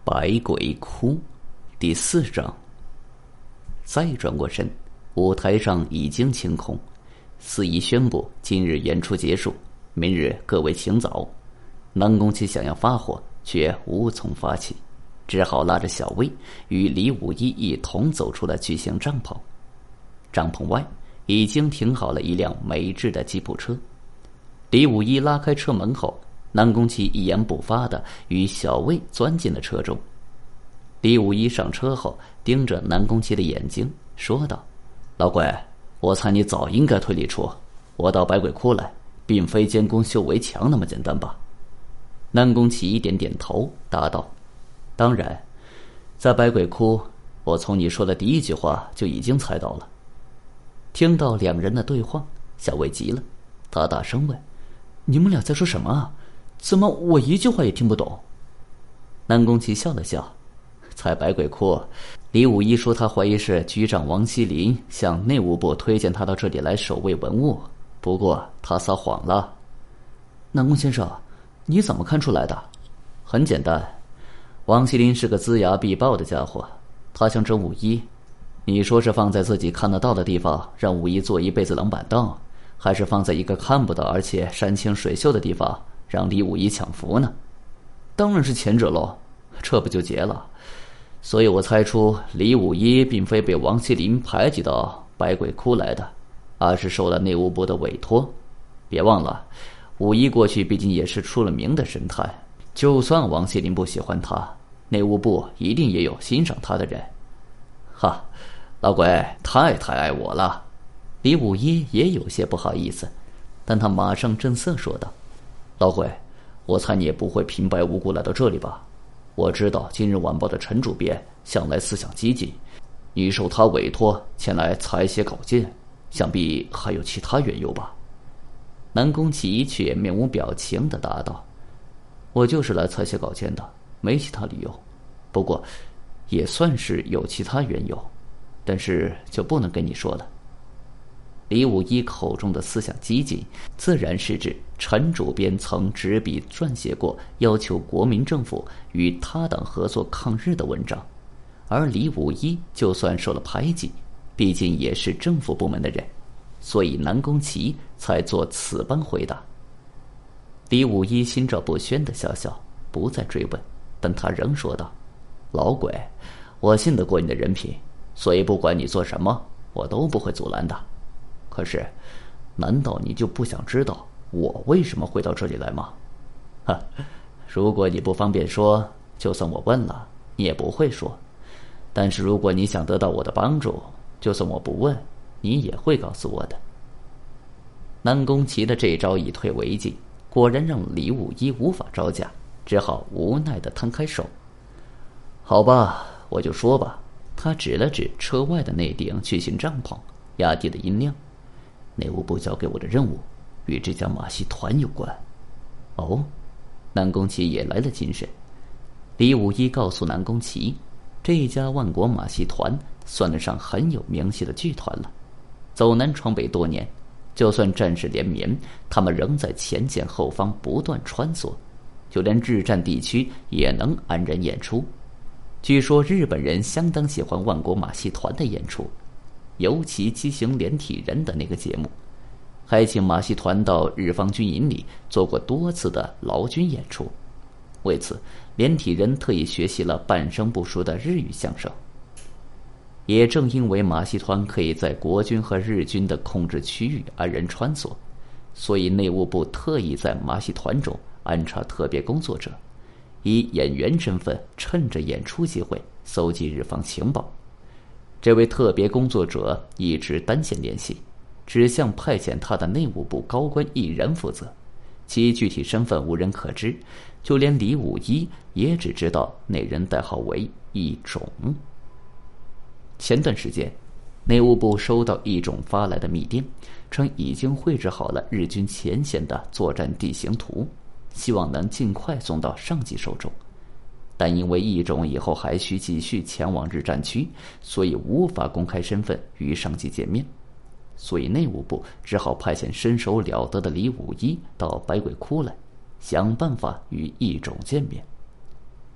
百鬼窟第4章。再转过身，舞台上已经清空，司仪宣布今日演出结束，明日各位请早。南宫奇想要发火，却无从发起，只好拉着小薇与李武一一同走出了巨型帐篷。帐篷外已经停好了一辆美制的吉普车。李武一拉开车门后，南宫奇一言不发地与小薇钻进了车中。李武一上车后，盯着南宫奇的眼睛说道：“老鬼，我猜你早应该推理出我到百鬼窟来并非监工修围墙那么简单吧？”南宫奇点点头答道：“当然，在百鬼窟，我从你说的第一句话就已经猜到了。”听到两人的对话，小薇急了，她大声问：“你们俩在说什么啊？怎么我一句话也听不懂？”南宫奇笑了笑：“在百鬼窟，李武一说他怀疑是局长王锡林向内务部推荐他到这里来守卫文物，不过他撒谎了。”“南宫先生，你怎么看出来的？”“很简单，王锡林是个龇牙必报的家伙，他想整武一。你说是放在自己看得到的地方让武一坐一辈子冷板凳，还是放在一个看不到而且山清水秀的地方让李武一抢福呢？”“当然是前者喽，这不就结了。所以我猜出李武一并非被王锡林排挤到百鬼窟来的，而是受了内务部的委托。别忘了，武一过去毕竟也是出了名的神探，就算王锡林不喜欢他，内务部一定也有欣赏他的人。”“哈，老鬼太爱我了。”李武一也有些不好意思，但他马上正色说道：“老鬼，我猜你也不会平白无故来到这里吧？我知道今日晚报的陈主编向来思想激进，你受他委托前来采写稿件，想必还有其他缘由吧？”南宫奇却面无表情地答道：“我就是来采写稿件的，没其他理由。不过也算是有其他缘由，但是就不能跟你说了。”李武一口中的思想激进，自然是指陈主编曾执笔撰写过要求国民政府与他党合作抗日的文章，而李武一就算受了排挤，毕竟也是政府部门的人，所以南宫奇才做此般回答。李武一心照不宣地笑笑，不再追问，但他仍说道：“老鬼，我信得过你的人品，所以不管你做什么，我都不会阻拦的。可是，难道你就不想知道我为什么会到这里来吗？”“如果你不方便说，就算我问了，你也不会说。但是如果你想得到我的帮助，就算我不问，你也会告诉我的。”南宫奇的这招以退为进，果然让李武一无法招架，只好无奈地摊开手。“好吧，我就说吧。”他指了指车外的那顶巨型帐篷，压低了音量：“内务部交给我的任务与这家马戏团有关。”“哦。”南宫奇也来了精神。李武一告诉南宫奇，这家万国马戏团算得上很有名气的剧团了，走南闯北多年，就算战事连绵，他们仍在前前后方不断穿梭，就连日战地区也能安然演出。据说日本人相当喜欢万国马戏团的演出，尤其畸形连体人的那个节目，还请马戏团到日方军营里做过多次的劳军演出。为此，连体人特意学习了半生不熟的日语相声。也正因为马戏团可以在国军和日军的控制区域安然穿梭，所以内务部特意在马戏团中安插特别工作者，以演员身份趁着演出机会搜集日方情报。这位特别工作者一直单线联系，只向派遣他的内务部高官一人负责，其具体身份无人可知，就连李武一也只知道那人代号为义种。前段时间，内务部收到义种发来的密电，称已经绘制好了日军前线的作战地形图，希望能尽快送到上级手中。但因为义种以后还需继续前往日战区，所以无法公开身份与上级见面，所以内务部只好派遣身手了得的李武一到百鬼窟来，想办法与义种见面。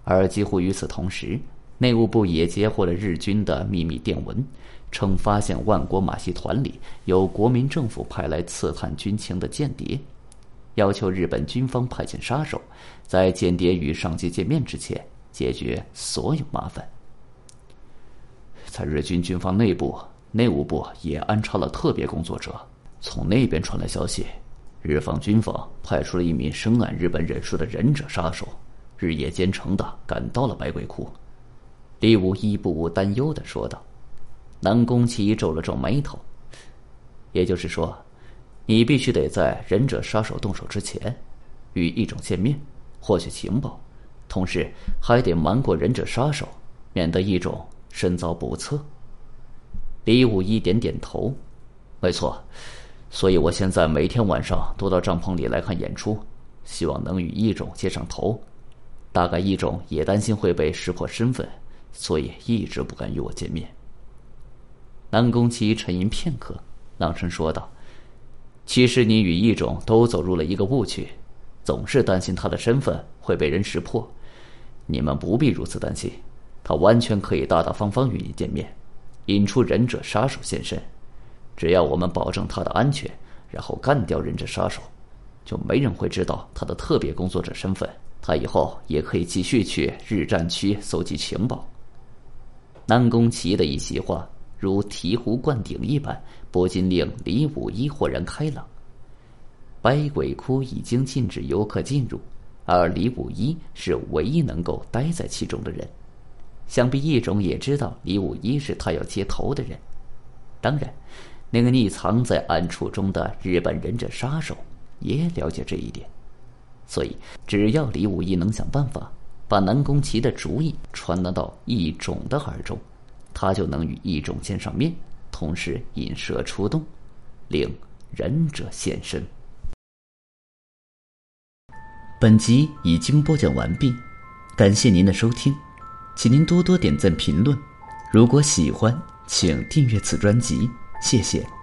而几乎与此同时，内务部也截获了日军的秘密电文，称发现万国马戏团里有国民政府派来刺探军情的间谍，要求日本军方派遣杀手，在间谍与上级见面之前解决所有麻烦。在日军军方内部，内务部也安插了特别工作者，从那边传来消息，日方军方派出了一名深谙日本忍术的忍者杀手，日夜兼程地赶到了百鬼窟。李武一不无担忧地说道。南宫奇皱了皱眉头，也就是说，你必须得在忍者杀手动手之前与一种见面，获取情报，同时还得瞒过忍者杀手，免得一种身遭不测。李武一点点头，没错，所以我现在每天晚上都到帐篷里来看演出，希望能与一种接上头。大概一种也担心会被识破身份，所以一直不敢与我见面。南宫奇沉吟片刻，朗声说道，其实你与一种都走入了一个误区，总是担心他的身份会被人识破。你们不必如此担心，他完全可以大大方方与你见面，引出忍者杀手现身。只要我们保证他的安全，然后干掉忍者杀手，就没人会知道他的特别工作者身份，他以后也可以继续去日战区搜集情报。南宫奇的一席话如醍醐灌顶一般，不禁令李武一豁然开朗。百鬼窟已经禁止游客进入，而李武一是唯一能够待在其中的人。想必一种也知道李武一是他要接头的人。当然，那个匿藏在暗处中的日本忍者杀手也了解这一点。所以，只要李武一能想办法把南宫奇的主意传达到一种的耳中，他就能与一种见上面，同时引蛇出洞，令忍者现身。本集已经播讲完毕，感谢您的收听，请您多多点赞评论。如果喜欢，请订阅此专辑，谢谢。